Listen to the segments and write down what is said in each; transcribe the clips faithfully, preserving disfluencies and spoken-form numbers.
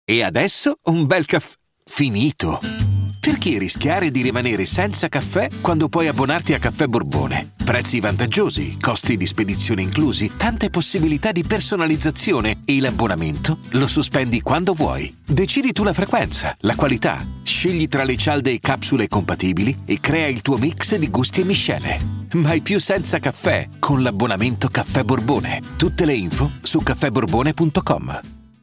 E adesso un bel caffè finito. Perché rischiare di rimanere senza caffè quando puoi abbonarti a Caffè Borbone? Prezzi vantaggiosi, costi di spedizione inclusi, tante possibilità di personalizzazione e l'abbonamento lo sospendi quando vuoi. Decidi tu la frequenza, la qualità, scegli tra le cialde e capsule compatibili e crea il tuo mix di gusti e miscele. Mai più senza caffè con l'abbonamento Caffè Borbone. Tutte le info su caffè borbone punto com.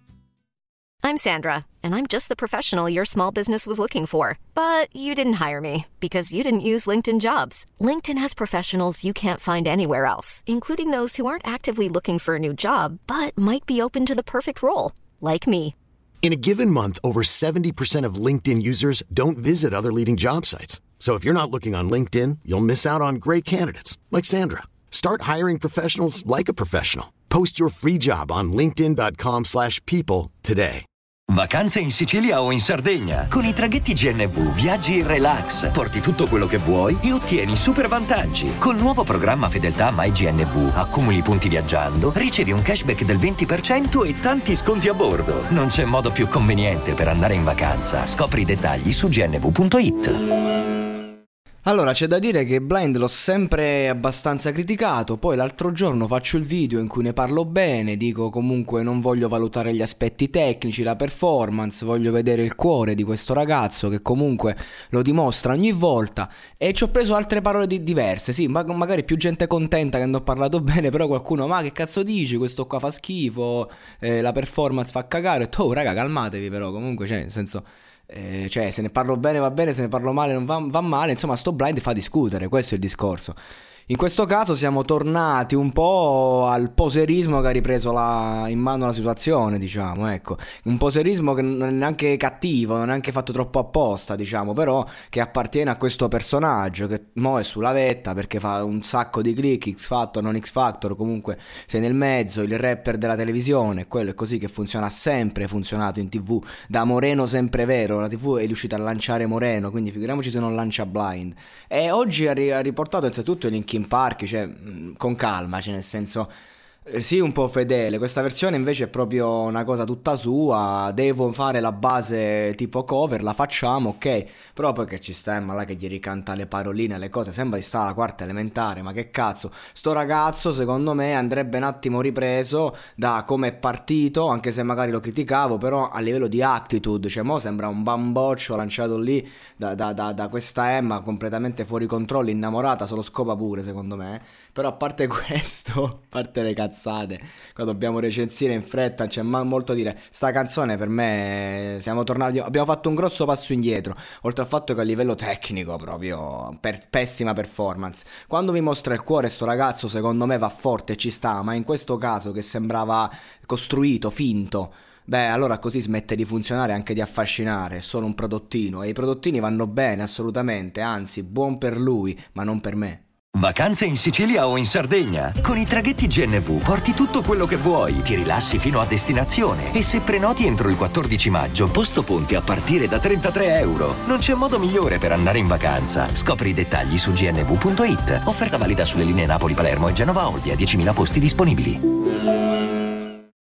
I'm Sandra, and I'm just the professional your small business was looking for. But you didn't hire me because you didn't use LinkedIn Jobs. LinkedIn has professionals you can't find anywhere else, including those who aren't actively looking for a new job, but might be open to the perfect role, like me. In a given month, over seventy percent of LinkedIn users don't visit other leading job sites. So if you're not looking on LinkedIn, you'll miss out on great candidates like Sandra. Start hiring professionals like a professional. Post your free job on linkedin dot com slash people today. Vacanze in Sicilia o in Sardegna. Con i traghetti G N V viaggi in relax, porti tutto quello che vuoi e ottieni super vantaggi. Col nuovo programma Fedeltà MyGNV accumuli punti viaggiando, ricevi un cashback del venti per cento e tanti sconti a bordo. Non c'è modo più conveniente per andare in vacanza. Scopri i dettagli su g n v punto i t. Allora, c'è da dire che Blind l'ho sempre abbastanza criticato, poi l'altro giorno faccio il video in cui ne parlo bene, dico comunque non voglio valutare gli aspetti tecnici, la performance, voglio vedere il cuore di questo ragazzo che comunque lo dimostra ogni volta, e ci ho preso altre parole di diverse, sì, ma magari più gente contenta che ne ho parlato bene, però qualcuno, ma che cazzo dici, questo qua fa schifo, eh, la performance fa cagare, ho detto, oh raga, calmatevi però, comunque, cioè, nel senso... Eh, cioè se ne parlo bene va bene, se ne parlo male non va, va male, insomma sto Blind fa discutere, questo è il discorso. In questo caso siamo tornati un po' al poserismo che ha ripreso la, in mano la situazione, diciamo, ecco. Un poserismo che non è neanche cattivo, non è neanche fatto troppo apposta, diciamo, però che appartiene a questo personaggio che mo è sulla vetta perché fa un sacco di click, X Factor, non X Factor, comunque sei nel mezzo, il rapper della televisione, quello è così che funziona, sempre funzionato in tv, da Moreno sempre vero, la tv è riuscita a lanciare Moreno, quindi figuriamoci se non lancia Blind. E oggi ha, ri- ha riportato innanzitutto il link in Park, cioè con calma, cioè nel senso eh, sì, un po' fedele. Questa versione invece è proprio una cosa tutta sua, devo fare la base tipo cover, la facciamo, ok, però poi che ci sta, ma là che gli ricanta le paroline, le cose, sembra di stare alla quarta elementare, ma che cazzo, sto ragazzo secondo me andrebbe un attimo ripreso da come è partito, anche se magari lo criticavo, però a livello di attitude, cioè mo sembra un bamboccio lanciato lì da, da, da, da questa Emma completamente fuori controllo, innamorata, se lo scopa pure secondo me, però a parte questo, a parte le cazzate, qua dobbiamo recensire in fretta, c'è ma molto dire, sta canzone per me siamo tornati, abbiamo fatto un grosso passo indietro, oltre al fatto che a livello tecnico proprio per, pessima performance. Quando mi mostra il cuore sto ragazzo secondo me va forte, ci sta, ma in questo caso che sembrava costruito, finto, beh allora così smette di funzionare, anche di affascinare, è solo un prodottino, e i prodottini vanno bene assolutamente, anzi buon per lui ma non per me. Vacanze in Sicilia o in Sardegna. Con i traghetti G N V porti tutto quello che vuoi, ti rilassi fino a destinazione e se prenoti entro il quattordici maggio, posto ponti a partire da trentatré euro. Non c'è modo migliore per andare in vacanza. Scopri i dettagli su g n v punto i t. Offerta valida sulle linee Napoli-Palermo e Genova-Olbia, diecimila posti disponibili.